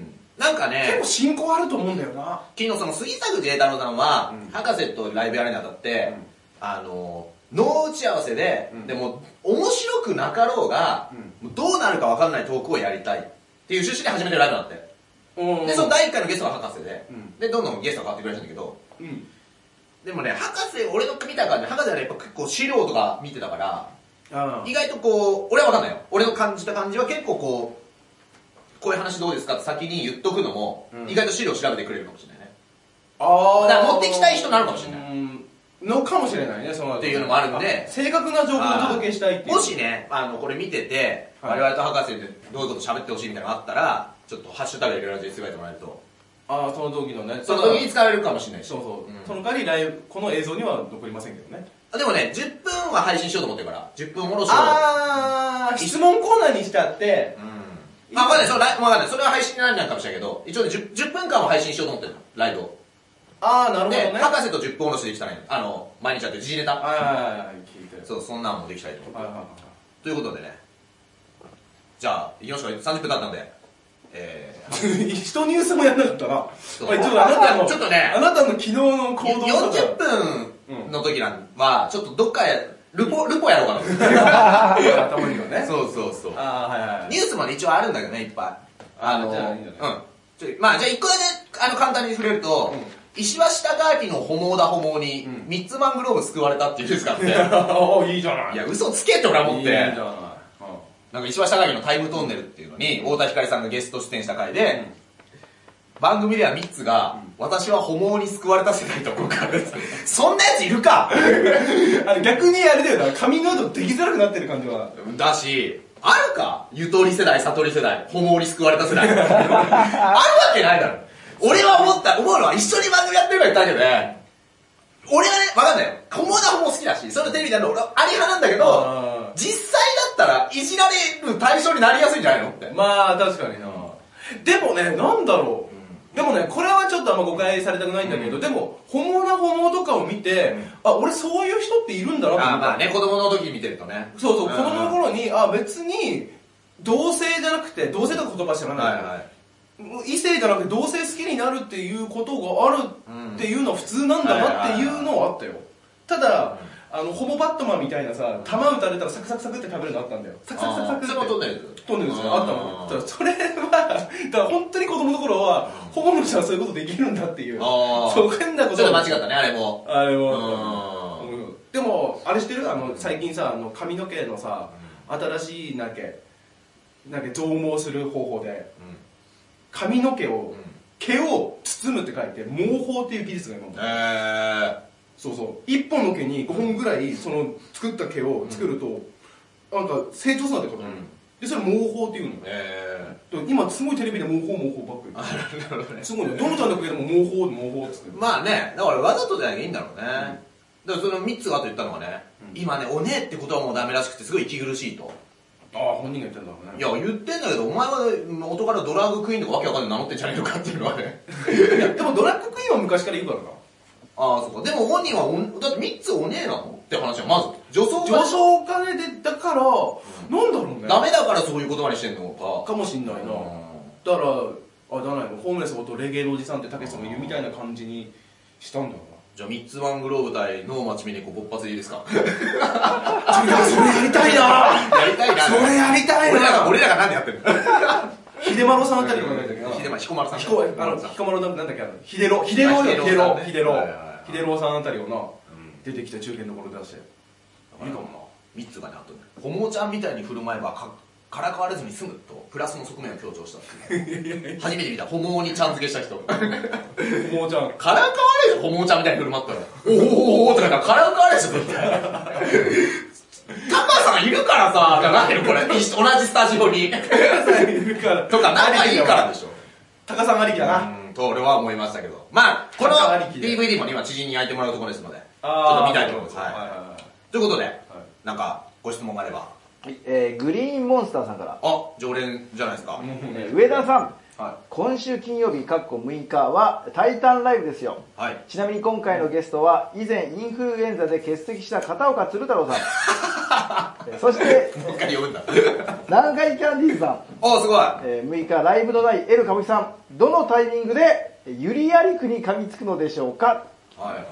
なんかね、 結構進行あると思うんだよな。 昨日その杉作 J 太郎さんは、博士とライブやるにあたって、あの、脳打ち合わせで、でも面白くなかろうが、どうなるか分かんないトークをやりたいっていう趣旨で始めてるライブなんて。で、そのだいいっかいのゲストが博士で、で、どんどんゲストが変わってくれるんだけど、でもね、博士、俺の見た感じ、博士はね、やっぱ結構資料とか見てたから、意外とこう、俺は分かんないよ。俺の感じた感じは結構こう、 こういう話どうですかって先に言っとくのも、意外と資料調べてくれるかもしれないね。 ああ。 だから持ってきたい人なのかもしれない。 のかもしれないね、そのっていうのもあるんで、 正確な情報をお届けしたいっていう。 もしね、あの、これ見てて、我々と博士でどういうこと喋ってほしいみたいなのがあったら、ちょっとハッシュタグでいろいろつぶやいてもらえると。 ああ、その時のね。 その時に使われるかもしれないし。 そうそう。その代わりライブ、この映像には残りませんけどね。 でもね、じゅっぷんは配信しようと思ってるから、じゅっぷんおろしを。 あー、質問コーナーにしちゃって、 うん。あ、わかんない、それわかんない。それは配信になるかもしれないけど、一応ね、じゅっぷんかんは配信しようと思ってるの、ライブを。 あー、なるほどね。 で、博士とじゅっぷんおろしできたらいいの。あの、毎日やってる時事ネタ。 はいはいはい、聞いてる。 そう、そんなんもできたいと思って。 はいはいはい。 ということでね、じゃあ、行きましょうか。さんじゅっぷん経ったんで。えー、一ニュースもやんなかったな。ちょっとあなたの、 ちょっとね、 あなたの昨日の行動よんじゅっぷんの時なんは、ちょっとどっかへ、ルポ、ルポやろうかな。 頭にはね。 そうそうそう。 あはいはい。 ニュースまで一応あるんだけどね、いっぱい。 あの、じゃあいいんだね。 うん。ちょまあ、じゃあ一個だけ、あの、簡単に触れると、石橋貴明のホモだホモに、ミッツマングローブ救われたっていうですからね。 おいいじゃない。 いや、嘘つけって俺は思って。いいじゃない。なんか石橋貴明のタイムトンネルっていうのに、太田光さんがゲスト出演した回で、番組ではミッツが、私はホモに救われた世代と告白です。そんなやついるかあれ逆にあれだよな、髪の色できづらくなってる感じは。 だし、あるかゆとり世代、悟り世代、ホモに救われた世代。あるわけないだろ。俺は思った、思うのは一緒に番組やってるから言ったけどね、俺はね、わかんないよ。ホモだホモ好きだし、それテレビでやるの俺はあり派なんだけど、実際だったらいじられる対象になりやすいんじゃないのって。 まあ確かにな。でもね、なんだろう。でもね、これはちょっとあんま誤解されたくないんだけど、うん、でも、ホモなホモとかを見て、うん、あ、俺そういう人っているんだなと思った。 あ、まあね、子供の時見てるとね。 そうそう、子供の頃に、あ、別に、同性じゃなくて、同性とか言葉知らない。はいはい、異性じゃなくて同性好きになるっていうことがあるっていうのは普通なんだなっていうのはあったよ。ただ、あの、ホモバットマンみたいなさ、弾撃たれたらサクサクサクって食べるのあったんだよ。サクサクサクサクって。それも飛んでる飛んでるんですよ。あったの。だからそれは、だから本当に子供の頃は、ホモの人はそういうことできるんだっていう。そう変なこと。 ちょっと間違ったね、あれも。 あれも。でも、あれ知ってるあの、最近さ、あの、髪の毛のさ、新しい、なんか、なんか増毛する方法で、髪の毛を、毛を包むって書いて、毛包っていう技術が今も。 へー。 そうそう。一本の毛にごほんぐらい、その作った毛を作ると、なんか成長するんだってこと。で、それ毛包っていうの。へー。今すごいテレビで毛包毛包ばっかり。あ、なるほどね。すごいね。どのちゃんの毛でも毛包毛包っつって。 まあね、だからわざとじゃなきゃいいんだろうね。だからそのみっつがと言ったのがね、今ね、おねえってことはもうダメらしくてすごい息苦しいと。 ああ、本人が言ってんだろうね。 いや、言ってんだけど、お前は元からドラッグクイーンとかわけわかんない名乗ってんじゃねえのかっていうのはね。 いや、でもドラッグクイーンは昔から言うからな。 ああ、そうか。でも本人はお、だってみっつおねえなのって話はまず、 女装女装金で、だから、なんだろうね。 ダメだからそういう言葉にしてんのか。 かもしんないな。だから、あ、じゃないの、ホームレスことレゲエのおじさんってたけしさんが言うみたいな感じにしたんだろうな。 じゃあ、ミッツマングローブ対ノーマチミネコ勃発でいいですか？ それやりたいなやりたいなそれやりたいな俺らがなんでやってんの秀丸さんあたりとかなんだけど。 秀丸、彦丸さん。 彦丸、あの、彦丸なんだっけ、あの、秀郎、秀郎よ、秀郎、秀郎。秀郎さんあたりをな、出てきた中堅の頃出して。 いいかもな。ミッツがね、あとね、ホモちゃんみたいに振る舞えばか、からかわれずに済むと、プラスの側面を強調したっていう。初めて見た、ホモにちゃん付けした人。ホモちゃん。 からかわれるホモちゃんみたいに振る舞ったら、おーおーおーとか、からかわれる人絶対。タカさんいるからさ、じゃないのこれ。同じスタジオに。タカさんいるから。とか、仲いいからでしょ。 タカさんありきだな。 うん、と俺は思いましたけど。まあ、この ディーブイディー も今知人に焼いてもらうところですので、ちょっと見たいと思います。はい。ということで、なんか、ご質問があれば。 えー、グリーンモンスターさんから。 あ、常連じゃないですか。 えー、上田さん。はい、今週金曜日、かっこむいかは、タイタンライブですよ。はい、ちなみに今回のゲストは、以前インフルエンザで欠席した片岡鶴太郎さん。そして、南海キャンディーズさん。 おすごい、 えー、むいかライブのないエル歌舞伎さん。どのタイミングで、ゆりやりくに噛みつくのでしょうか。はいはい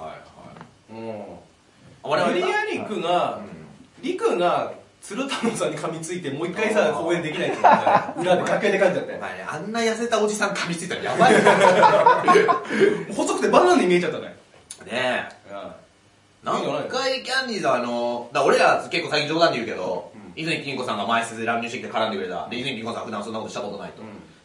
はい。ゆりやりくが、りくが、鶴太郎さんに噛みついてもう一回さ公演できないって裏で楽屋で噛んじゃってあんな痩せたおじさん噛みついたらやばいよ細くてバナナに見えちゃったねねえ南海キャンディーズはあのだ俺ら結構最近冗談で言うけど、うん、泉ピン子さんが前説で乱入してきて絡んでくれたで泉ピン子さんは普段そんなことしたことないと、うん、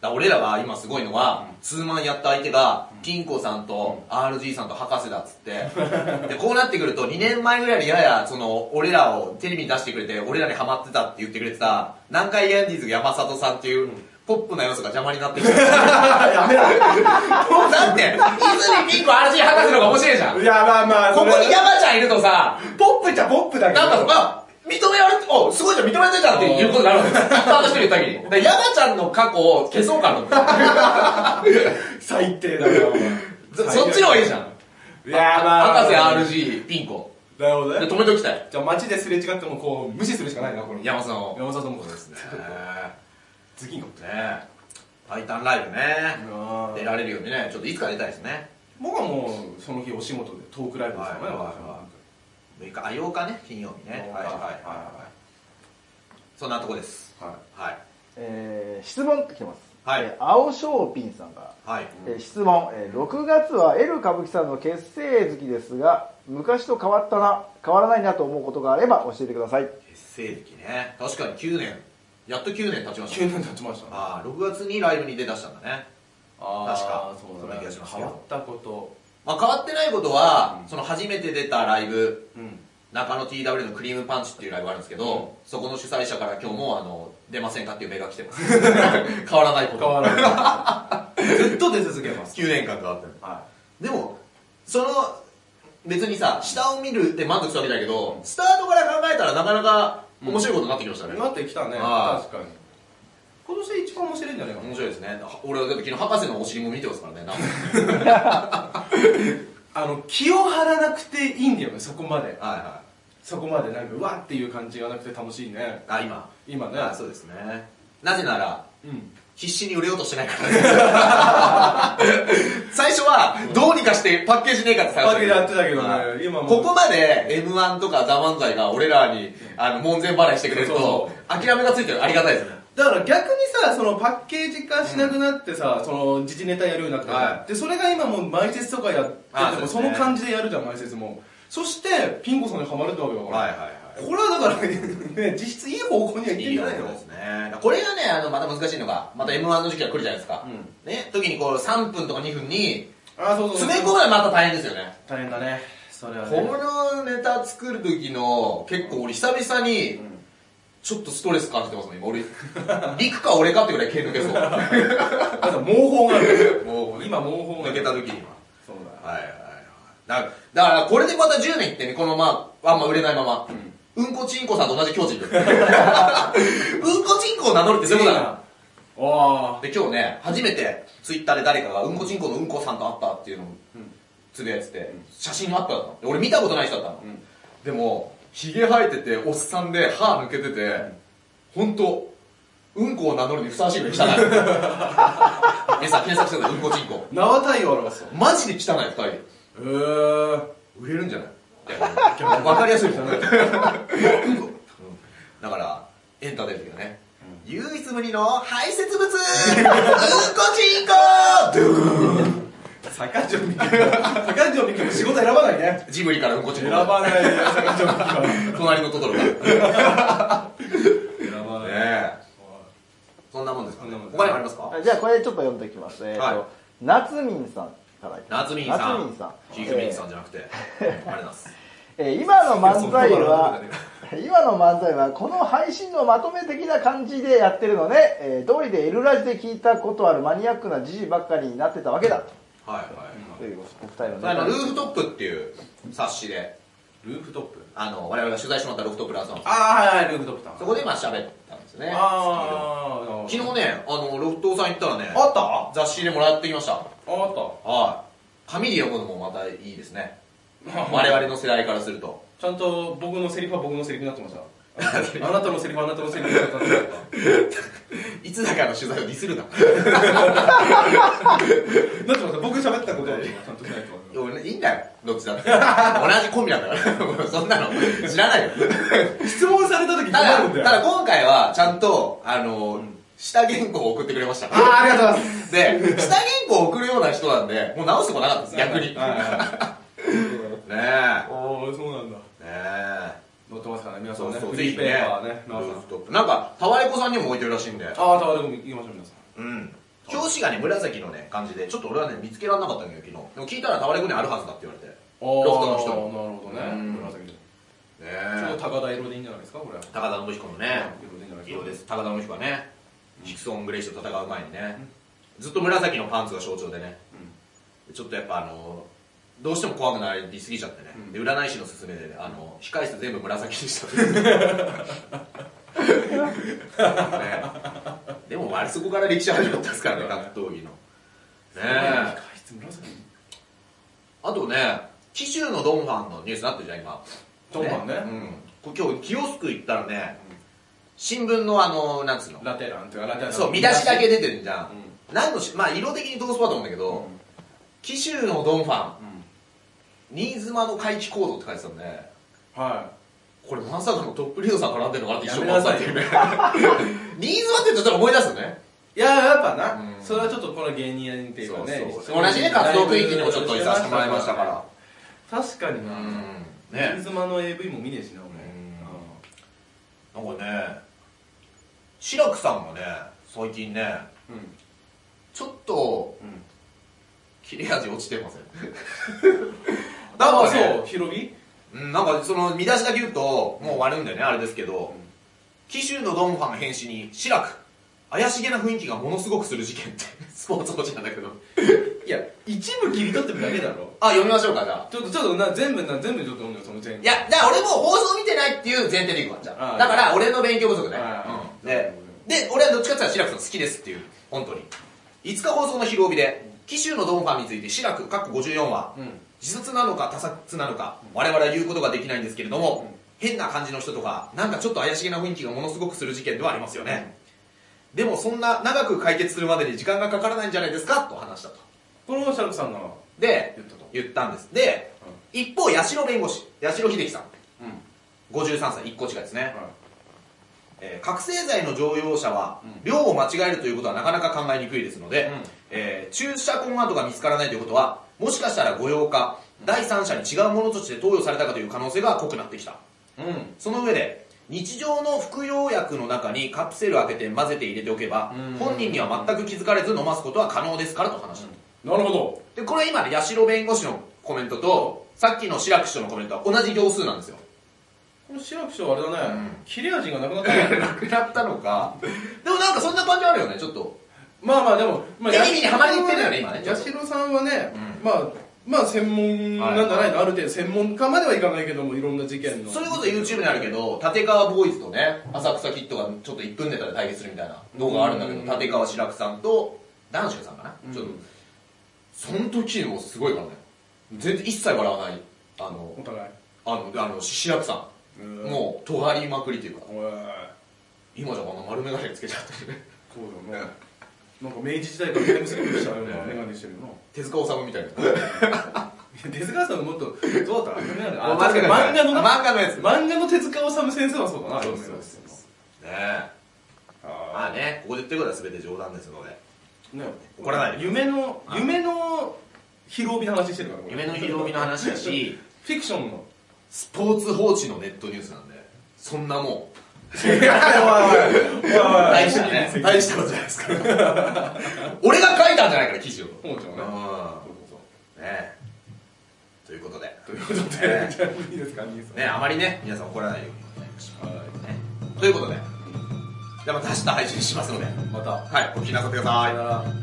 だ俺らが今すごいのは、うん、ツーマンやった相手が、ピン子さんと アールジー さんと博士だっつって、で、こうなってくるとにねんまえぐらいでやや、その、俺らをテレビに出してくれて、俺らにハマってたって言ってくれてた、南海ヤンディーズ山里さんっていう、ポップな要素が邪魔になってきた。やめろ。だって、泉ピン子 アールジー 博士の方が面白いじゃん。 いや、まあまあ。 ここに山ちゃんいるとさ、 ポップっちゃポップだけど。 なんか、あ、認められて、お、すごいじゃん、認められてたっていうことになるわけです。一般の人に言った時に。で、山ちゃんの過去を消そうかなと。 最低だよ。 そっちの方がいいじゃん。 いや、まあ。 博士 アールジー ピン子。 なるほどね。 で、止めておきたい。 じゃあ街ですれ違ってもこう、無視するしかないな、これ。 山里も。 山里もそうですね。次のことね。タイタンライブね。出られるようにね、ちょっといつか出たいですね。 僕はもう、その日お仕事でトークライブですよね。 むいか、あ、ようかね、金曜日ね。はいはいはい。そんなとこです。はい。はい。 えー、質問って来てます。 はい。 えー、青翔ピンさんが。はい。えー、質問、えー、ろくがつは L 歌舞伎さんの結成月ですが、昔と変わったな、変わらないなと思うことがあれば教えてください。 結成月ね。確かにきゅうねん。やっときゅうねん経ちました。 きゅうねん経ちましたね。 ああ、ろくがつにライブに出だしたんだね。 ああ、 確か。 そうだね。変わったこと。 まあ変わってないことは、その初めて出たライブ、中野 ティーダブリュー のクリームパンチっていうライブがあるんですけど、そこの主催者から今日もあの、出ませんかっていうメールが来てます。変わらないこと。 変わらない。ずっと出続けます。 きゅうねんかん変わってる。はい。でも、その、別にさ、下を見るって満足したわけだけど、スタートから考えたらなかなか面白いことになってきましたね。 なってきたね。確かに。今年で一番面白いんじゃないかな。 面白いですね。俺はだって昨日博士のお尻も見てますからね。 あの、気を張らなくていいんだよね、そこまで。はいはい。 そこまでなんか、うわっていう感じがなくて楽しいね。 あ、今。 今ね。 あ、そうですね。なぜなら、うん。必死に売れようとしてないから最初はどうにかしてパッケージねえかって探してやってたけどね、 今もここまで エムワン とかザ・漫才が俺らにあの門前払いしてくれると諦めがついてる。ありがたいですね。 だから逆にさ、そのパッケージ化しなくなってさ、うん、その時事ネタやるようになって、はい、でそれが今もう前説とかやっててもその感じでやるじゃん、前説も。そしてピン子さんにハマるってわけだから、はいはいはい、これはだからね、実質いい方向にはいってんじゃないの？ ですね。これがね、あのまた難しいのが、また エムワン の時期が来るじゃないですか。うん、ね、時にこうさんぷんとかにふんに詰め込むのはまた大変ですよね。 大変だね。それはね。 このネタ作る時の結構俺久々にちょっとストレス感じてますね。今俺陸か俺かってぐらい毛抜けそう。 あと毛包がある。今毛包が抜けた時には。そうだ。はいはいはい。だだからこれでまたじゅうねんいってね、このまああんま売れないまま。うんうんこちんこさんと同じ境地にうんこちんこを名乗るってそういうことだから。で、今日ね、初めてツイッターで誰かがうんこちんこのうんこさんと会ったっていうのをつぶやいてて、写真アップだったの。俺見たことない人だったの。うん、でも、ヒゲ生えてて、おっさんで歯抜けてて、ほんと、うんこを名乗るにふさわしいぐらい汚い。皆さん検索してください、うんこちんこ。 縄体を表す。 マジで汚い、二人で。へー。 売れるんじゃないわかりやすいですよね。だから、エンターテインメントね。唯一無二の排泄物うんこちんこ坂上美紀坂上美紀も仕事選ばないね。 ジブリからうんこちんこ選ばないね、坂上美紀は。隣のトトロが。選ばないね。そんなもんですかね。他にありますか？ じゃあこれちょっと読んでいきます。えっと、なつみんさん。 夏民さん。夏民さん。チーフミンさんじゃなくて。ありがとうございます。 今の漫才は、今の漫才はこの配信のまとめ的な感じでやってるので、えー、通りで L ラジで聞いたことあるマニアックな時事ばっかりになってたわけだと。 はいはい。 というお二人のね。ルーフトップっていう冊子で。 ルーフトップあの、我々が取材してもらったロフトプラスワン。 ああ、はいはい、ルーフトップさん。 そこで今喋ったんですね。 ああ、 昨日ね、あの、ロフトさん行ったらね、 あった雑誌でもらってきました。あったはい。紙で読むのもまたいいですね。我々の世代からすると。 ちゃんと僕のセリフは僕のセリフになってました。あなたのセリフはあなたのセリフになってました。 いつだかの取材をディスるな。なってました。僕喋ったことはちゃんとしないと。 いいんだよ、どっちだって。同じコンビなんだから。そんなの知らないよ。 質問された時ただ、ただ今回はちゃんと、あの、うん下原稿を送ってくれました。 ああ、ありがとうございます。 で、下原稿を送るような人なんで、もう直すとこなかったです、逆に。ねえ。 おー、そうなんだ。ねえ。 載ってますからね、皆さんね。フリーペーパーね。 なんか、タワレコさんにも置いてるらしいんで。 ああ、タワレコ行きましょう、皆さん。 うん。 表紙がね紫のね感じでちょっと俺はね見つけられなかったんだけど昨日でも聞いたらタワレコにあるはずだって言われてロフトの人に。 なるほどね。紫でね、高田色でいいんじゃないですかこれ。 高田信彦のね色です。高田信彦はねヒクソン・グレイシと戦う前にねずっと紫のパンツが象徴でねちょっとやっぱあのどうしても怖くなりすぎちゃってね、うん、で占い師の勧めで、ね、あの控室全部紫にしたね、でもあれそこから歴史始まったんですからね格闘技のねえ控室紫。 あとね紀州のドンファンのニュースになってるじゃん今ドンファンね、 うん、今日キオスク行ったらね、うん、新聞のあのなんつうのラテランっていうかラテランそう見出しだけ出てるじゃん、うん、何のしまあ色的にトースパだと思うんだけど、うん、紀州のドンファン、うん新妻の回帰行動って書いてたんで、はい、これまさかのトップリードさん絡んでるのかなって一緒に思ったっていうね新妻ってちょっと思い出すよね。 いややっぱな、うん、それはちょっとこの芸人っていうかねそうそう同じね活動区域にもちょっといさせてもらいましたから確かにな、うんね、新妻の エーブイ も見ねえしな俺、うん、なんかね志らくさんがね最近ね、うん、ちょっと、うん切れ味落ちてませんなんかねそう広火うんなんかその見出しだけ言うともう終わるんだよねあれですけど紀州のドンファンの変死に志らく怪しげな雰囲気がものすごくする事件ってスポーツ報知なんだけどいや一部切り取ってるだけだろあ読みましょうかじゃあちょっとちょっとな全部な全部ちょっと読んでよその前いやじゃあ俺も放送見てないっていう前提でいくわじゃあだから俺の勉強不足ね、うん、でで俺はどっちかって言ったら志らくさん好きですっていう本当にいつか放送の昼帯で紀州のドンファンについて志らくごじゅうよんわ、うん、自殺なのか他殺なのか、うん、我々は言うことができないんですけれども、うん、変な感じの人とかなんかちょっと怪しげな雰囲気がものすごくする事件ではありますよね、うん、でもそんな長く解決するまでに時間がかからないんじゃないですかと話したとこの志らくさんがで言ったと言ったんですで、うん、一方八代弁護士八代秀樹さん、うん、ごじゅうさんさいいっこ違いですね、うんえー、覚醒剤の乗用車は量を間違えるということはなかなか考えにくいですので、うんえー、注射痕跡が見つからないということはもしかしたら誤用か第三者に違うものとして投与されたかという可能性が濃くなってきた、うん、その上で日常の服用薬の中にカプセルを開けて混ぜて入れておけば、うん、本人には全く気づかれず飲ますことは可能ですからと話したと、 うん、なるほどでこれ今ね八代弁護士のコメントとさっきの志らく師匠のコメントは同じ行数なんですよこの志らく師匠あれだね、うん、切れ味がなくなったのなくなったのかでもなんかそんな感じあるよねちょっとまあまあでも、まあ、 意味にハマりにいってるよね今ね八代さんはね、うん、まあまあ専門なんじゃないの、はい、ある程度専門家まではいかないけどもいろんな事件のそれこそ YouTube にあるけど立川ボーイズとね浅草キッドがちょっといっぷんネタで対決するみたいな動画があるんだけど立川志らくさんと男子さんかな、うん、ちょっとその時もすごいからね全然一切笑わないあのお互いあのあの志らくさんもう尖りまくりというか今じゃあの丸眼鏡つけちゃってるねそうだよねなんか明治時代からタイムスリップしたような眼鏡してるよな手塚治虫みたいな手塚さんもっとどうだったらあ漫画の漫画のやつ漫画の手塚治虫先生はそうだなそうそうそうねえまあねここで言ってることは全て冗談ですのでね怒らないで夢の夢の広帯の話してるから夢の広帯の話だしフィクションのスポーツ報知のネットニュースなんでそんなもん大したね大したことじゃないですか俺が書いたんじゃないから記事をそうですよねねということでということでいいですかねあまりね皆さん怒らないようにお願いしますということでじゃあまた明日配信しますのでまたはいお聞きなさってください。